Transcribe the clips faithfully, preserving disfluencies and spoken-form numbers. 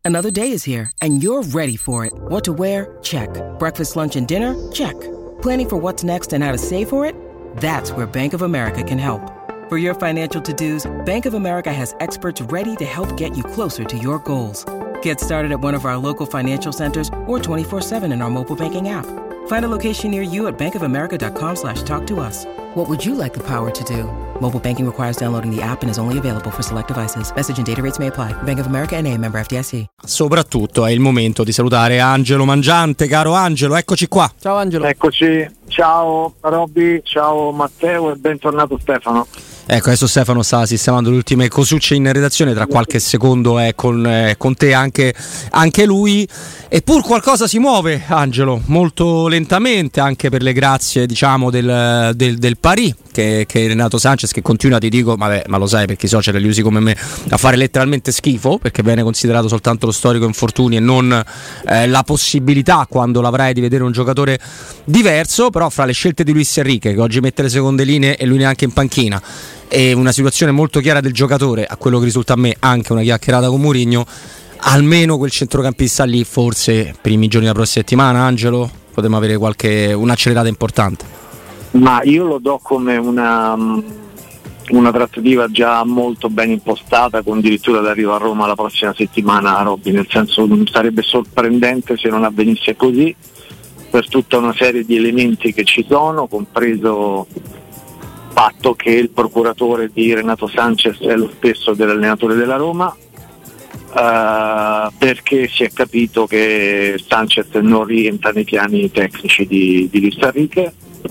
Another day is here, and you're ready for it. What to wear? Check. Breakfast, lunch, and dinner? Check. Planning for what's next and how to save for it? That's where Bank of America can help. For your financial to-dos, Bank of America has experts ready to help get you closer to your goals. Get started at one of our local financial centers or twenty-four seven in our mobile banking app. Find a location near you at bankofamerica.com slash talk to us. What would you like the power to do? Mobile banking requires downloading the app and is only available for select devices. Message and data rates may apply. Bank of America N A, member F D I C. Soprattutto è il momento di salutare Angelo Mangiante. Caro Angelo, eccoci qua. Ciao Angelo. Eccoci. Ciao Robby, ciao Matteo e bentornato Stefano. Ecco, adesso Stefano sta sistemando le ultime cosucce in redazione, tra qualche secondo è con, eh, con te anche, anche lui. Eppur qualcosa si muove, Angelo, molto lentamente, anche per le grazie, diciamo, del, del, del Paris, che, che Renato Sanchez, che continua, ti dico, vabbè, ma lo sai perché i social li usi come me, a fare letteralmente schifo, perché viene considerato soltanto lo storico infortuni e non eh, la possibilità, quando l'avrai, di vedere un giocatore diverso. Però fra le scelte di Luis Enrique, che oggi mette le seconde linee e lui neanche in panchina, e una situazione molto chiara del giocatore, a quello che risulta a me anche una chiacchierata con Mourinho, almeno quel centrocampista lì forse primi giorni della prossima settimana, Angelo, potremmo avere qualche un'accelerata importante. Ma io lo do come una una trattativa già molto ben impostata, con addirittura l'arrivo a Roma la prossima settimana, Robby, nel senso, sarebbe sorprendente se non avvenisse così, per tutta una serie di elementi che ci sono, compreso il fatto che il procuratore di Renato Sanchez è lo stesso dell'allenatore della Roma, uh, perché si è capito che Sanchez non rientra nei piani tecnici di, di Luis Enrique,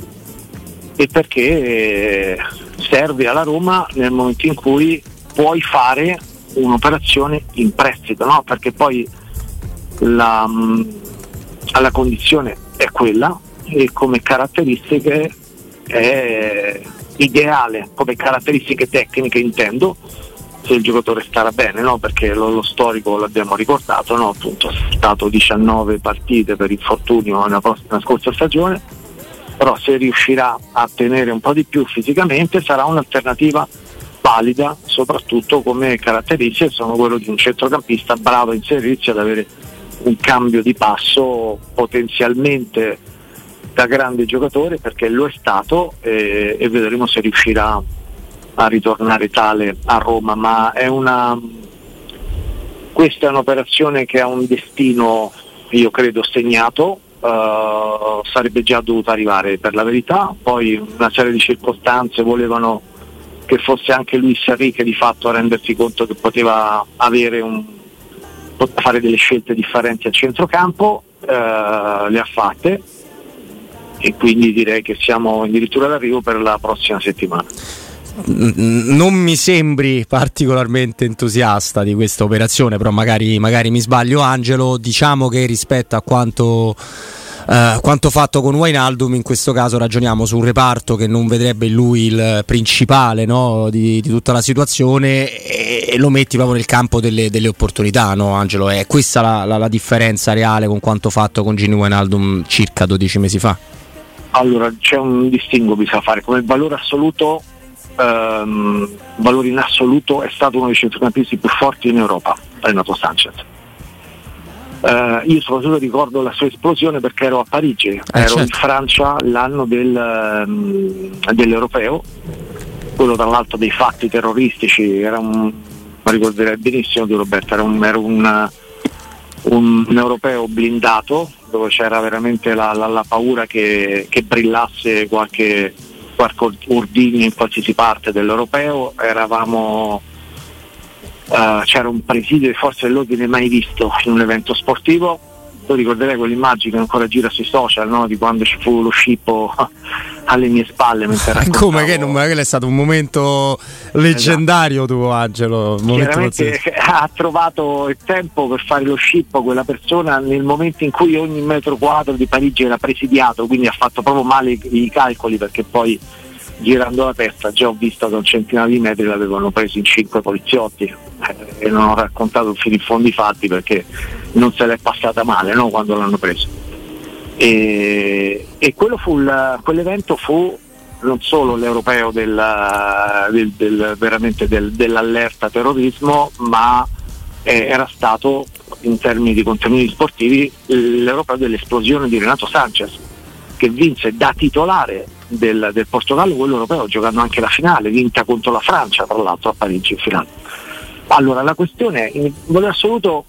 e perché serve alla Roma nel momento in cui puoi fare un'operazione in prestito, no? Perché poi la, la condizione è quella, e come caratteristiche è ideale, come caratteristiche tecniche intendo, se il giocatore starà bene, no? Perché lo, lo storico l'abbiamo ricordato, no? Appunto, è stato diciannove partite per infortunio nella, prossima, scorsa stagione, però se riuscirà a tenere un po' di più fisicamente sarà un'alternativa valida, soprattutto come caratteristiche sono quello di un centrocampista bravo a inserirsi, ad avere un cambio di passo potenzialmente da grande giocatore, perché lo è stato, e, e vedremo se riuscirà a ritornare tale a Roma. Ma è una questa è un'operazione che ha un destino, io credo, segnato, uh, sarebbe già dovuta arrivare per la verità, poi una serie di circostanze volevano che fosse anche Luis Enrique di fatto a rendersi conto che poteva avere un poteva fare delle scelte differenti a centrocampo, uh, le ha fatte, e quindi direi che siamo addirittura d'arrivo per la prossima settimana. Non mi sembri particolarmente entusiasta di questa operazione, però magari, magari mi sbaglio, Angelo. Diciamo che rispetto a quanto, eh, quanto fatto con Wijnaldum, in questo caso ragioniamo su un reparto che non vedrebbe in lui il principale, no, di, di tutta la situazione, e, e lo metti proprio nel campo delle, delle opportunità, no, Angelo? È questa la, la, la differenza reale con quanto fatto con Gini Wijnaldum circa dodici mesi fa? Allora, c'è un distinguo bisogna fare. Come valore assoluto, ehm, valore in assoluto, è stato uno dei centrocampisti più forti in Europa, Renato Sanchez. Eh, io soprattutto ricordo la sua esplosione perché ero a Parigi, eh, ero certo. in Francia l'anno del, um, dell'Europeo, quello tra l'altro dei fatti terroristici, era un, mi ricorderei benissimo di Roberto, era un, era un, un, un europeo blindato, dove c'era veramente la, la, la paura che, che brillasse qualche, qualche ordigno in qualsiasi parte dell'europeo. Eravamo uh, c'era un presidio di forze dell'ordine mai visto in un evento sportivo. Tu ricorderai quell'immagine che ancora gira sui social, no? Di quando ci fu lo scippo alle mie spalle mentre raccontavo. Come che non, quello è stato un momento leggendario, esatto. tuo Angelo, chiaramente ha trovato il tempo per fare lo scippo quella persona nel momento in cui ogni metro quadro di Parigi era presidiato, quindi ha fatto proprio male i, i calcoli, perché poi girando la testa già ho visto che a un centinaio di metri l'avevano preso in cinque poliziotti, eh, e non ho raccontato fino in fondo i fatti perché non se l'è passata male, no, quando l'hanno preso. E, e quello fu il, quell'evento fu non solo l'europeo del, del, del, veramente del, dell'allerta terrorismo, ma eh, era stato in termini di contenuti sportivi l'Europeo dell'esplosione di Renato Sanchez, che vinse da titolare del, del Portogallo quello europeo, giocando anche la finale, vinta contro la Francia tra l'altro a Parigi in finale. Allora la questione è in valore assoluto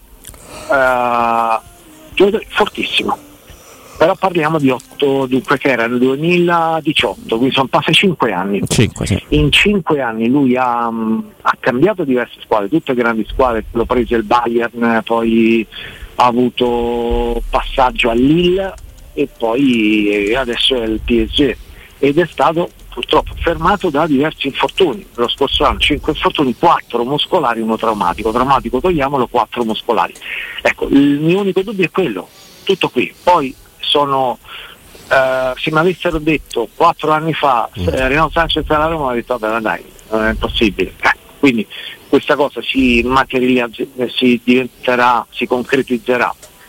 uh, giocatore fortissimo, però parliamo di otto, dunque che era nel duemiladiciotto, quindi sono passati cinque anni. cinque, sì. In cinque anni lui ha, ha cambiato diverse squadre, tutte grandi squadre, l'ho preso il Bayern, poi ha avuto passaggio al Lille e poi adesso è il P S G, ed è stato purtroppo fermato da diversi infortuni. Lo scorso anno cinque infortuni, quattro muscolari, uno traumatico. Traumatico togliamolo, quattro muscolari. Ecco, il mio unico dubbio è quello, tutto qui. Poi sono eh, se mi avessero detto quattro anni fa mm. eh, Renato Sanchez alla Roma, avrei detto vabbè dai, non è possibile. Eh, quindi questa cosa si materializza, si diventerà, si concretizzerà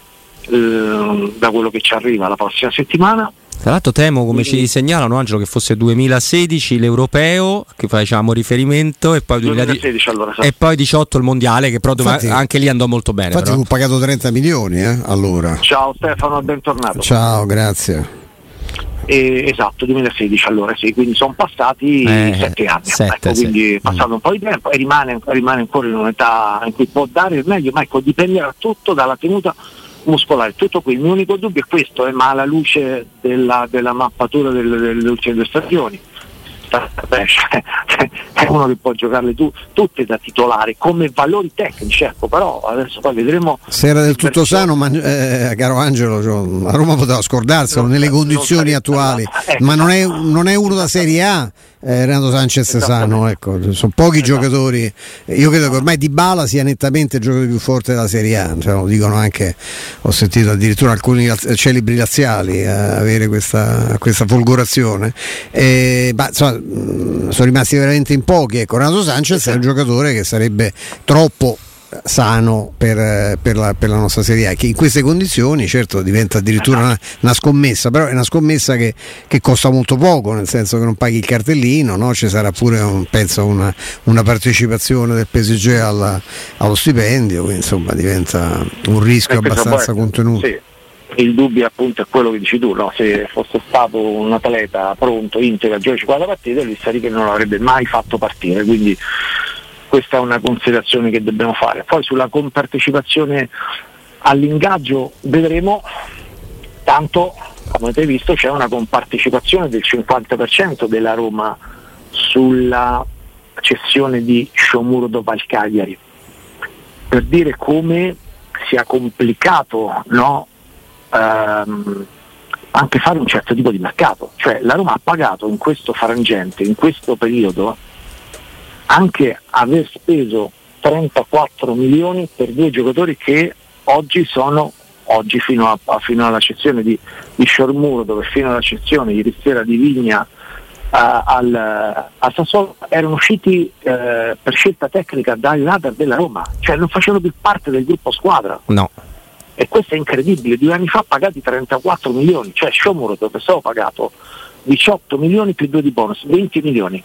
eh, da quello che ci arriva la prossima settimana. Tra l'altro temo, come ci segnalano Angelo, che fosse duemilasedici l'europeo che facciamo riferimento e poi duemilasedici allora, e poi diciotto il mondiale, che però infatti, anche lì andò molto bene. Infatti fu pagato trenta milioni eh, allora. Ciao Stefano, bentornato. Ciao, grazie. Eh, esatto, duemilasedici allora sì, quindi sono passati eh, sette anni, sette, ecco, quindi sì. è passato un po' di tempo e rimane, rimane ancora in un'età in cui può dare il meglio, ma ecco, dipenderà tutto dalla tenuta muscolare, tutto qui. Il mio unico dubbio è questo, eh, ma alla luce della, della mappatura delle, delle ultime due stagioni, beh, cioè, è uno che può giocarle tu, tutte da titolare come valori tecnici, ecco, però adesso poi vedremo se era del tutto sano, ma, eh, caro Angelo, cioè, a Roma poteva scordarselo non, nelle condizioni attuali, ecco, ma non è, non è uno da Serie A. Eh, Renato Sanchez sano, ecco, sono pochi esatto. giocatori. Io credo che ormai Dybala sia nettamente il giocatore più forte della Serie A, cioè, lo dicono anche, ho sentito addirittura alcuni celebri laziali eh, avere questa, questa folgorazione. Eh, ma, insomma, sono rimasti veramente in pochi. Ecco, Renato Sanchez esatto. è un giocatore che sarebbe troppo sano per, per, la, per la nostra Serie A, che in queste condizioni certo diventa addirittura una, una scommessa, però è una scommessa che, che costa molto poco, nel senso che non paghi il cartellino, no? Ci sarà pure un, penso una, una partecipazione del P S G alla, allo stipendio, quindi insomma diventa un rischio abbastanza poi, contenuto. Sì. Il dubbio appunto è quello che dici tu, no? Se fosse stato un atleta pronto, integro a giocare cinquanta partite, lui sa che non l'avrebbe mai fatto partire, quindi questa è una considerazione che dobbiamo fare. Poi sulla compartecipazione all'ingaggio vedremo, tanto come avete visto c'è una compartecipazione del cinquanta per cento della Roma sulla cessione di Shomurodov al Cagliari, per dire come sia complicato, no? ehm, anche fare un certo tipo di mercato, cioè la Roma ha pagato in questo frangente, in questo periodo, anche aver speso trentaquattro milioni per due giocatori che oggi sono, oggi fino, a, a, fino alla cessione di, di Shomurodov, fino alla cessione ieri sera di Vigna uh, al, al Sassuolo, erano usciti uh, per scelta tecnica dai radar della Roma, cioè non facevano più parte del gruppo squadra. No. E questo è incredibile, due anni fa pagati trentaquattro milioni, cioè Shomurodov è stato pagato diciotto milioni più due di bonus, venti milioni.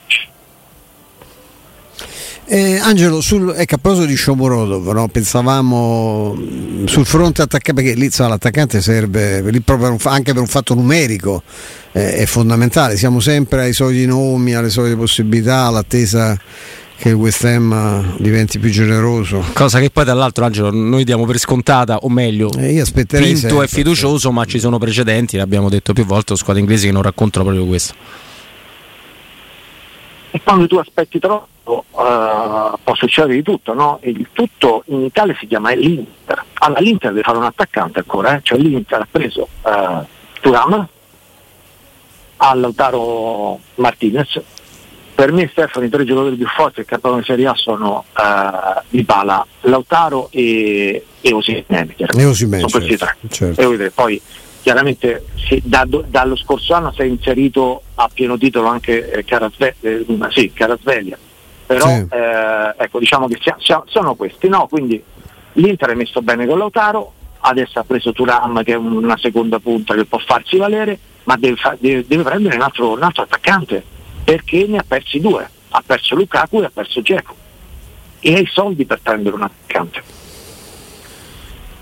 Eh, Angelo, sul, ecco, a proposito di Shomurodov, no? Pensavamo sul fronte attaccante, perché lì insomma, l'attaccante serve lì proprio per un, anche per un fatto numerico, eh, è fondamentale, siamo sempre ai soliti nomi, alle solite possibilità, all'attesa che il West Ham diventi più generoso, cosa che poi dall'altro Angelo noi diamo per scontata, o meglio eh, io aspetterei Pinto sempre, è fiducioso, ma ci sono precedenti, l'abbiamo detto più volte, squadre inglesi che non raccontano proprio questo. E quando tu aspetti troppo uh, può succedere di tutto, no? Il tutto in Italia si chiama l'Inter. Allora l'Inter deve fare un attaccante ancora, eh? Cioè l'Inter ha preso uh, Thuram, a Lautaro Martinez. Per me Stefano i tre giocatori più forti del campione di Serie A sono uh, Dybala, Lautaro e, e Osimhen. Sono questi tre. Certo. E poi chiaramente si, da, dallo scorso anno si è inserito a pieno titolo anche eh, Kvaratskhelia, eh, sì, Kvaratskhelia, però sì. eh, ecco, diciamo che sia, sia, sono questi, no? Quindi l'Inter è messo bene con Lautaro, adesso ha preso Thuram che è una seconda punta che può farsi valere, ma deve, fa, deve, deve prendere un altro, un altro attaccante, perché ne ha persi due, ha perso Lukaku e ha perso Dzeko, e ha i soldi per prendere un attaccante.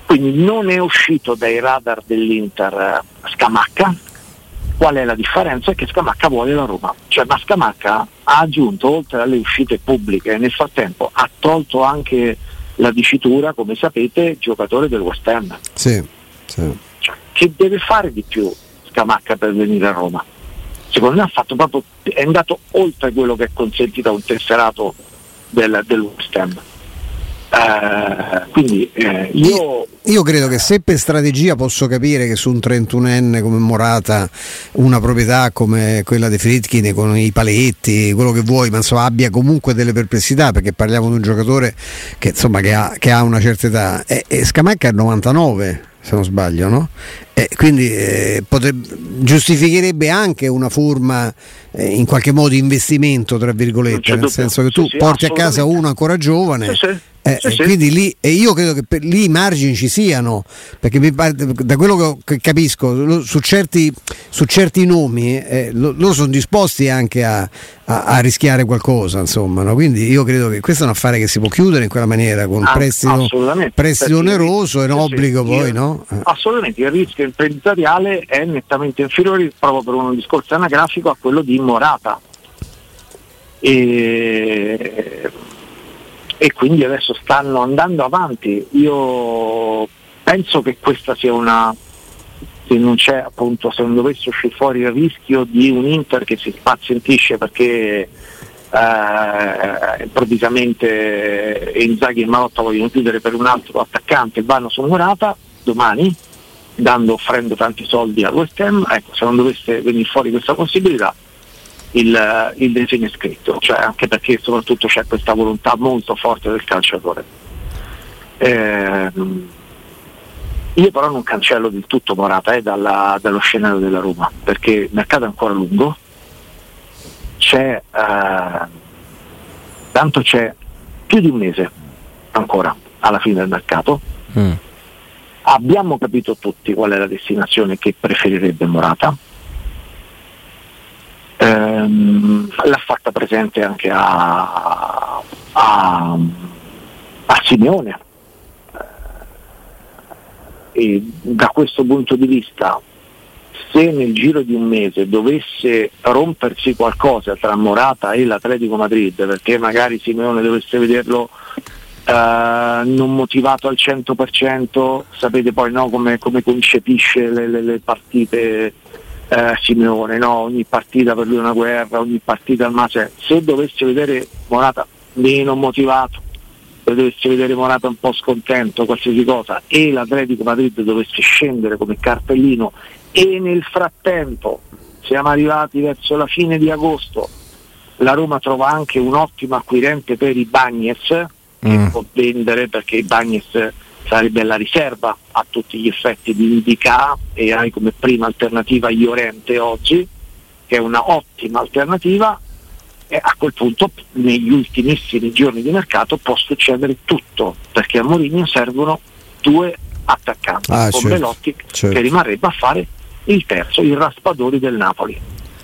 quindi non è uscito dai radar dell'Inter Scamacca. Qual è la differenza? È che Scamacca vuole la Roma, cioè ma Scamacca ha aggiunto, oltre alle uscite pubbliche, nel frattempo ha tolto anche la dicitura, come sapete, giocatore del West Ham. Sì, sì. Cioè, che deve fare di più Scamacca per venire a Roma? Secondo me ha fatto proprio, è andato oltre quello che è consentito a un tesserato del, del West Ham. Uh, quindi eh, io... io credo che se per strategia posso capire che su un trentunenne come Morata una proprietà come quella di Friedkin con i paletti, quello che vuoi, ma insomma abbia comunque delle perplessità, perché parliamo di un giocatore che insomma che ha, che ha una certa età, e, e Scamacca è il novantanove se non sbaglio, no? E quindi eh, potrebbe, giustificherebbe anche una forma eh, in qualche modo investimento tra virgolette, nel senso che tu sì, porti sì, a casa uno ancora giovane. Sì, sì. Eh, sì, sì. Quindi lì, e io credo che per, lì i margini ci siano, perché mi pare, da quello che capisco lo, su, certi, su certi nomi eh, lo, loro sono disposti anche a, a, a rischiare qualcosa, insomma, no? Quindi io credo che questo è un affare che si può chiudere in quella maniera, con ah, prestito, prestito oneroso e un sì, obbligo sì, poi io, no? Assolutamente, il rischio imprenditoriale è nettamente inferiore proprio per un discorso anagrafico a quello di Morata. E e quindi adesso stanno andando avanti. Io penso che questa sia una, se non c'è appunto, se non dovesse uscire fuori il rischio di un Inter che si spazientisce perché eh, improvvisamente Inzaghi e Marotta vogliono chiudere per un altro attaccante e vanno su Morata domani, dando, offrendo tanti soldi al West Ham, ecco, se non dovesse venire fuori questa possibilità, il, il disegno è scritto, cioè anche perché soprattutto c'è questa volontà molto forte del calciatore. Eh, io però non cancello del tutto Morata eh, dalla, dallo scenario della Roma, perché il mercato è ancora lungo, c'è eh, tanto c'è più di un mese ancora alla fine del mercato. Mm. Abbiamo capito tutti qual è la destinazione che preferirebbe Morata. Ehm, l'ha fatta presente anche a, a, a Simeone, e da questo punto di vista, se nel giro di un mese dovesse rompersi qualcosa tra Morata e l'Atletico Madrid, perché magari Simeone dovesse vederlo uh, non motivato al cento per cento, sapete poi no, come, come concepisce le, le, le partite Uh, Simeone, no? Ogni partita per lui è una guerra, ogni partita al massimo. Se dovesse vedere Morata meno motivato, se dovesse vedere Morata un po' scontento, qualsiasi cosa, e l'Atletico Madrid dovesse scendere come cartellino, e nel frattempo siamo arrivati verso la fine di agosto, la Roma trova anche un ottimo acquirente per i Bagnes, mm. che può vendere, perché i Bagnes sarebbe la riserva a tutti gli effetti di Indica, e hai come prima alternativa Llorente oggi, che è una ottima alternativa, e a quel punto negli ultimissimi giorni di mercato può succedere tutto, perché a Mourinho servono due attaccanti, ah, con certo, Belotti certo. che rimarrebbe a fare il terzo, il Raspadori del Napoli.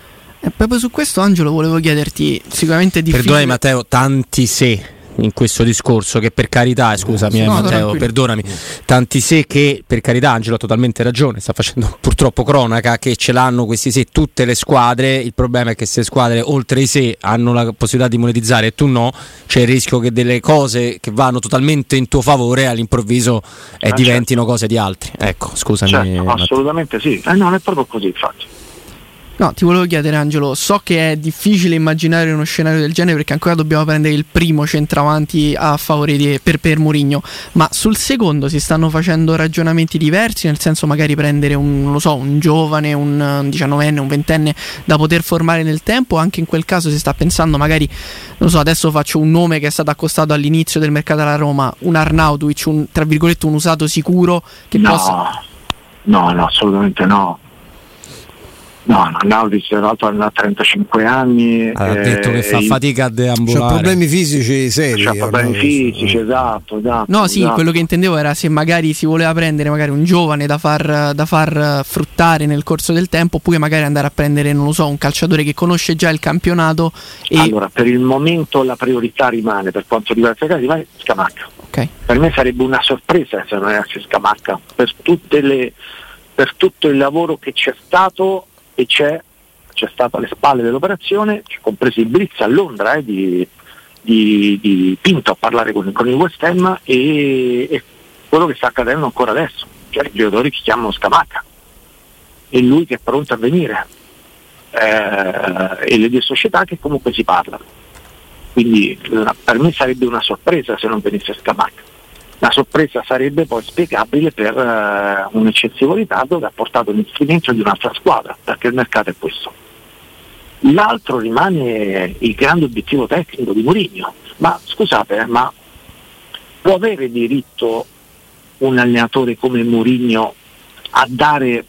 E proprio su questo, Angelo, volevo chiederti, sicuramente è difficile. Perdonami Matteo, tanti se in questo discorso, che per carità, scusami no, eh, Matteo, tranquillo. Perdonami, tanti se che per carità, Angelo ha totalmente ragione, sta facendo purtroppo cronaca, che ce l'hanno questi se tutte le squadre. Il problema è che se le squadre oltre i se hanno la possibilità di monetizzare e tu no, c'è il rischio che delle cose che vanno totalmente in tuo favore all'improvviso eh, ah, diventino certo. cose di altri. Ecco, scusami. Certo, assolutamente sì, eh, no, non è proprio così infatti. No, ti volevo chiedere, Angelo, so che è difficile immaginare uno scenario del genere perché ancora dobbiamo prendere il primo centravanti a favore di, per, per Mourinho, ma sul secondo si stanno facendo ragionamenti diversi, nel senso magari prendere un, non lo so, un giovane, un diciannovenne, un ventenne da poter formare nel tempo. Anche in quel caso si sta pensando magari, non so, adesso faccio un nome che è stato accostato all'inizio del mercato alla Roma, un Arnautovic, un, tra virgolette un usato sicuro che no, possa... No, no, assolutamente no. No, no, Naudis tra l'altro ha trentacinque anni. Ha eh, detto che fa fatica a deambulare. C'ha problemi fisici seri. C'ha problemi fisici, esatto, esatto. No, sì, esatto. quello che intendevo era se magari si voleva prendere magari un giovane da far, da far fruttare nel corso del tempo, oppure magari andare a prendere, non lo so, un calciatore che conosce già il campionato. E... Allora, per il momento la priorità rimane, per quanto riguarda il rimane Scamacca. Okay. Per me sarebbe una sorpresa se non era Scamacca, per tutte le, per tutto il lavoro che c'è stato e c'è, c'è stato alle spalle dell'operazione, compreso il blitz a Londra eh, di, di, di Pinto a parlare con, con il West Ham e, e quello che sta accadendo ancora adesso, cioè i giocatori che chiamano Scamacca e lui che è pronto a venire eh, e le due società che comunque si parlano, quindi per me sarebbe una sorpresa se non venisse Scamacca. La sorpresa sarebbe poi spiegabile per uh, un eccessivo ritardo che ha portato l'inserimento di un'altra squadra, perché il mercato è questo. L'altro rimane il grande obiettivo tecnico di Mourinho. Ma scusate, eh, ma può avere diritto un allenatore come Mourinho a dare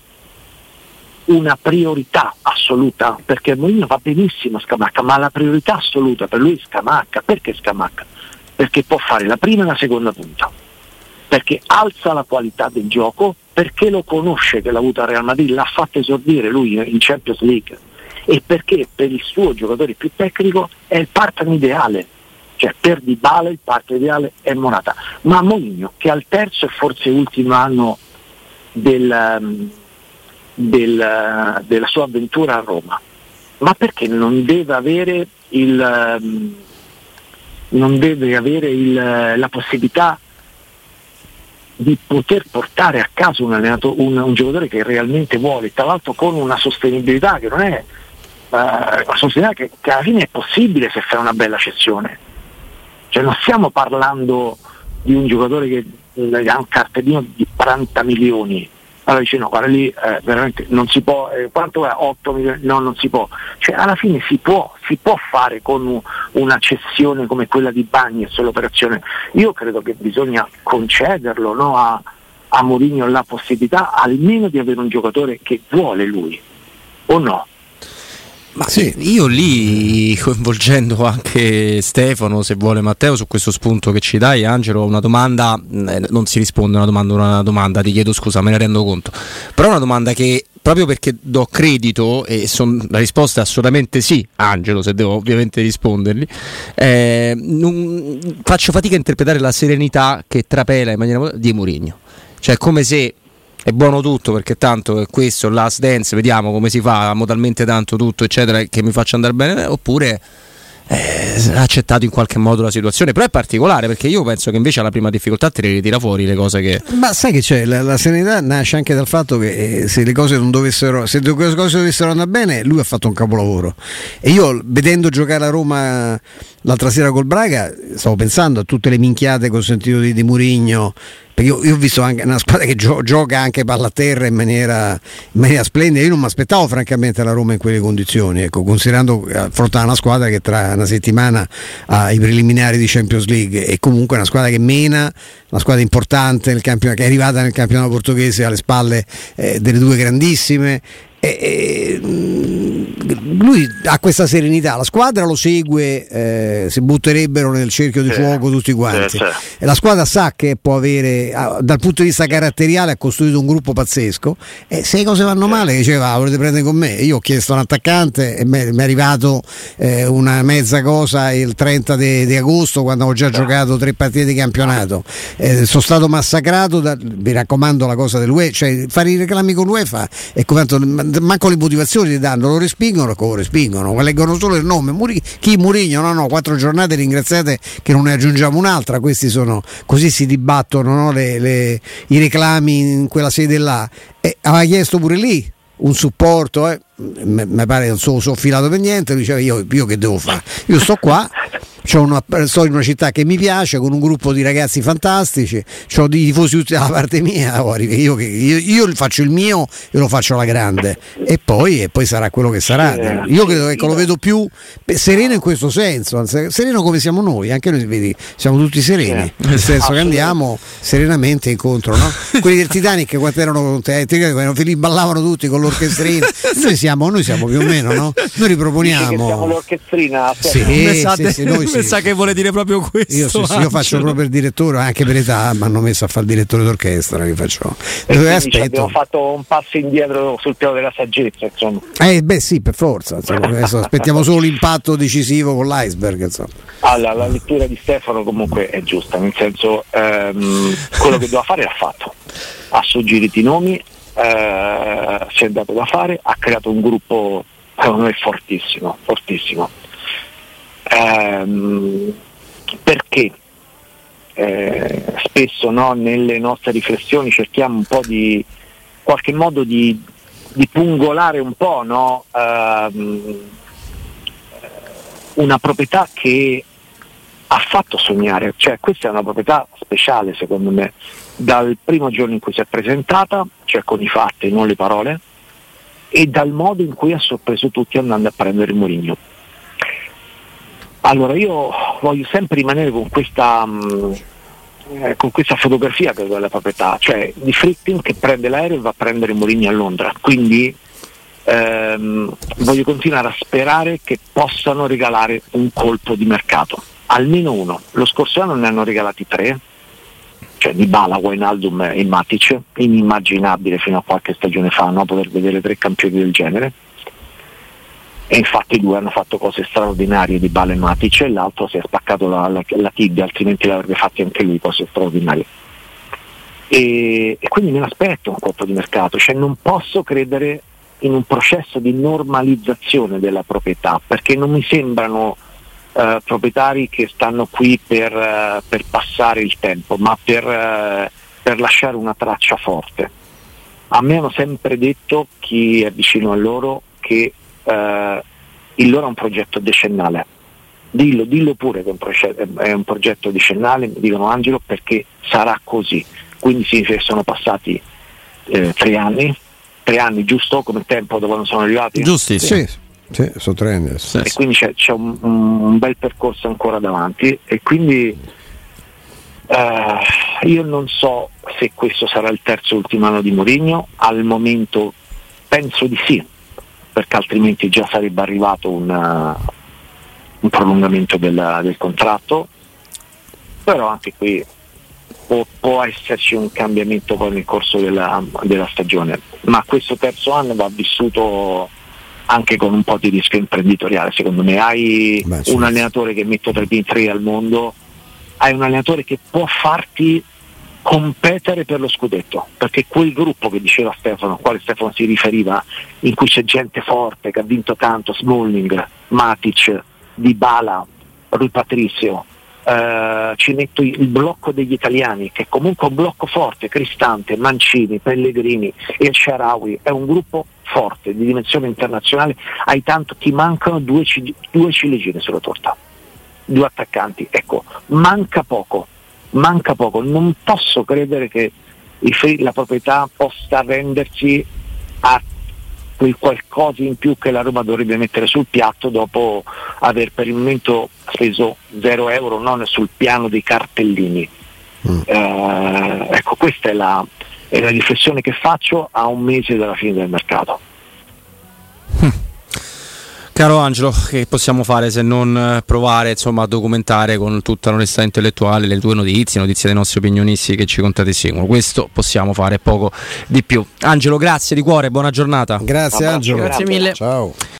una priorità assoluta? Perché Mourinho va benissimo Scamacca, ma la priorità assoluta per lui è Scamacca. Perché Scamacca? Perché può fare la prima e la seconda punta, perché alza la qualità del gioco, perché lo conosce che l'ha avuto a Real Madrid, l'ha fatto esordire lui in Champions League, e perché per il suo giocatore più tecnico è il partner ideale, cioè per Dybala il partner ideale è Morata. Ma Mourinho, che al terzo e forse ultimo anno del, del, della sua avventura a Roma, ma perché non deve avere il non deve avere il, la possibilità di poter portare a casa un, allenato, un, un giocatore che realmente vuole, tra l'altro con una sostenibilità che non è uh, una sostenibilità che, che alla fine è possibile se fai una bella cessione. Cioè non stiamo parlando di un giocatore che eh, ha un cartellino di quaranta milioni, allora dice no, guarda lì eh, veramente non si può, eh, quanto è? otto milioni? No, non si può. Cioè alla fine si può, si può fare con un, una cessione come quella di Bagnes, l'operazione. Io credo che bisogna concederlo, no, a, a Mourinho la possibilità almeno di avere un giocatore che vuole lui, o no? Ma sì, io lì, coinvolgendo anche Stefano, se vuole Matteo, su questo spunto che ci dai, Angelo, una domanda, eh, non si risponde a una domanda, una domanda, ti chiedo scusa, me ne rendo conto, però è una domanda che, proprio perché do credito, e son, la risposta è assolutamente sì, Angelo, se devo ovviamente rispondergli, eh, non, faccio fatica a interpretare la serenità che trapela in maniera di Mourinho, cioè come se è buono tutto perché tanto è questo, last dance, vediamo come si fa, modalmente tanto tutto eccetera, che mi faccia andare bene, oppure eh, ha accettato in qualche modo la situazione. Però è particolare perché io penso che invece alla prima difficoltà te le ritira fuori le cose che... Ma sai che c'è, la, la serenità nasce anche dal fatto che eh, se le cose non dovessero, se le cose dovessero andare bene, lui ha fatto un capolavoro, e io vedendo giocare a Roma l'altra sera col Braga stavo pensando a tutte le minchiate che ho sentito di, di Mourinho, perché io, io ho visto anche una squadra che gio- gioca anche palla a terra in maniera, in maniera splendida. Io non mi aspettavo francamente la Roma in quelle condizioni, ecco, considerando affrontare una squadra che tra una settimana ha i preliminari di Champions League, e comunque una squadra che mena, una squadra importante nel campionato, che è arrivata nel campionato portoghese alle spalle eh, delle due grandissime. E, e, lui ha questa serenità, la squadra lo segue, eh, si butterebbero nel cerchio di fuoco tutti quanti, e la squadra sa che può avere, dal punto di vista caratteriale ha costruito un gruppo pazzesco, e se le cose vanno male diceva ah, volete prendere con me, io ho chiesto un attaccante e mi è arrivato eh, una mezza cosa il trenta di agosto, quando ho già giocato tre partite di campionato, eh, sono stato massacrato da, vi raccomando la cosa dell'U E, cioè fare i reclami con l'UEFA e quanto, manco le motivazioni ti danno, lo respingono, lo respingono, leggono solo il nome, Muri, chi Mourinho, no no, quattro giornate, ringraziate che non ne aggiungiamo un'altra, questi sono, così si dibattono, no, le, le, i reclami in quella sede là, e aveva chiesto pure lì un supporto, eh. mi pare non so, so filato per niente, lui diceva io, io che devo fare, io sto qua, c'ho una, sto in una città che mi piace, con un gruppo di ragazzi fantastici, c'ho dei tifosi tutti dalla parte mia, io, io, io faccio il mio e lo faccio alla grande, e poi, e poi sarà quello che sarà. Io credo che lo vedo più sereno in questo senso, sereno come siamo noi, anche noi vedi, siamo tutti sereni, nel senso che andiamo serenamente incontro, no? Quelli del Titanic quanto erano contenti, li ballavano tutti con l'orchestrina. Noi siamo, noi siamo più o meno, no? Noi riproponiamo. Siamo l'orchestrina. Sì, pensate, sì, sì, noi sì. Sa che vuole dire proprio questo. Io, sì, sì, io faccio proprio il direttore, anche per età mi hanno messo a fare il direttore d'orchestra, che faccio. Dove aspetto. Abbiamo fatto un passo indietro sul piano della saggezza, insomma. Eh beh sì, per forza, insomma, adesso aspettiamo solo l'impatto decisivo con l'iceberg, insomma. Allora, la lettura di Stefano comunque è giusta, nel senso ehm, quello che doveva fare l'ha fatto, ha suggerito i nomi, eh, si è dato da fare, ha creato un gruppo secondo me fortissimo, fortissimo. Ehm, perché eh, spesso, no, nelle nostre riflessioni cerchiamo un po' di qualche modo di, di pungolare un po', no, ehm, una proprietà che ha fatto sognare, cioè questa è una proprietà speciale secondo me, dal primo giorno in cui si è presentata, cioè con i fatti, non le parole, e dal modo in cui ha sorpreso tutti andando a prendere il Mourinho. Allora io voglio sempre rimanere con questa mh, eh, con questa fotografia che è della proprietà, cioè di Friedkin che prende l'aereo e va a prendere il Mourinho a Londra, quindi ehm, voglio continuare a sperare che possano regalare un colpo di mercato, almeno uno. Lo scorso anno ne hanno regalati tre, cioè Dybala, Wijnaldum e Matic, inimmaginabile fino a qualche stagione fa, no, poter vedere tre campioni del genere, e infatti i due hanno fatto cose straordinarie, Dybala e Matic, e l'altro si è spaccato la, la, la tibia, altrimenti l'avrebbe fatti anche lui cose straordinarie, e, e quindi me l'aspetto un colpo di mercato, cioè non posso credere in un processo di normalizzazione della proprietà, perché non mi sembrano Uh, proprietari che stanno qui per, uh, per passare il tempo, ma per, uh, per lasciare una traccia forte. A me hanno sempre detto, chi è vicino a loro, che uh, il loro è un progetto decennale. Dillo, dillo pure che è un, progetto, è un progetto decennale, mi dicono Angelo, perché sarà così. Quindi sì, sono passati eh, tre anni, tre anni giusto come tempo da quando sono arrivati? Giustissimo. Sì. Sì, sono tre anni adesso. E quindi c'è, c'è un, un bel percorso ancora davanti, e quindi eh, io non so se questo sarà il terzo e ultimo anno di Mourinho. Al momento penso di sì, perché altrimenti già sarebbe arrivato una, un prolungamento del, del contratto, però anche qui può, può esserci un cambiamento poi nel corso della, della stagione, ma questo terzo anno va vissuto anche con un po' di rischio imprenditoriale, secondo me. Hai Beh, un allenatore che mette tra i primi tre al mondo, hai un allenatore che può farti competere per lo scudetto, perché quel gruppo che diceva Stefano, al quale Stefano si riferiva, in cui c'è gente forte che ha vinto tanto, Smalling, Matic, Dybala, Rui Patricio, Uh, ci metto il blocco degli italiani, che è comunque un blocco forte, Cristante, Mancini, Pellegrini, El Shaarawy, è un gruppo forte di dimensione internazionale. Hai tanto, ti mancano due, c- due ciliegine sulla torta, due attaccanti, ecco, manca poco, manca poco, non posso credere che il, la proprietà possa rendersi a quel qualcosa in più che la Roma dovrebbe mettere sul piatto dopo aver per il momento speso zero euro, non sul piano dei cartellini. Mm. Eh, ecco, questa è la, è la riflessione che faccio a un mese dalla fine del mercato. Mm. Caro Angelo, che possiamo fare se non provare, insomma, a documentare con tutta l'onestà intellettuale le tue notizie, notizie dei nostri opinionisti che ci contraddistinguono? Questo possiamo fare, poco di più. Angelo, grazie di cuore, buona giornata. Grazie Angelo. Grazie mille. Ciao.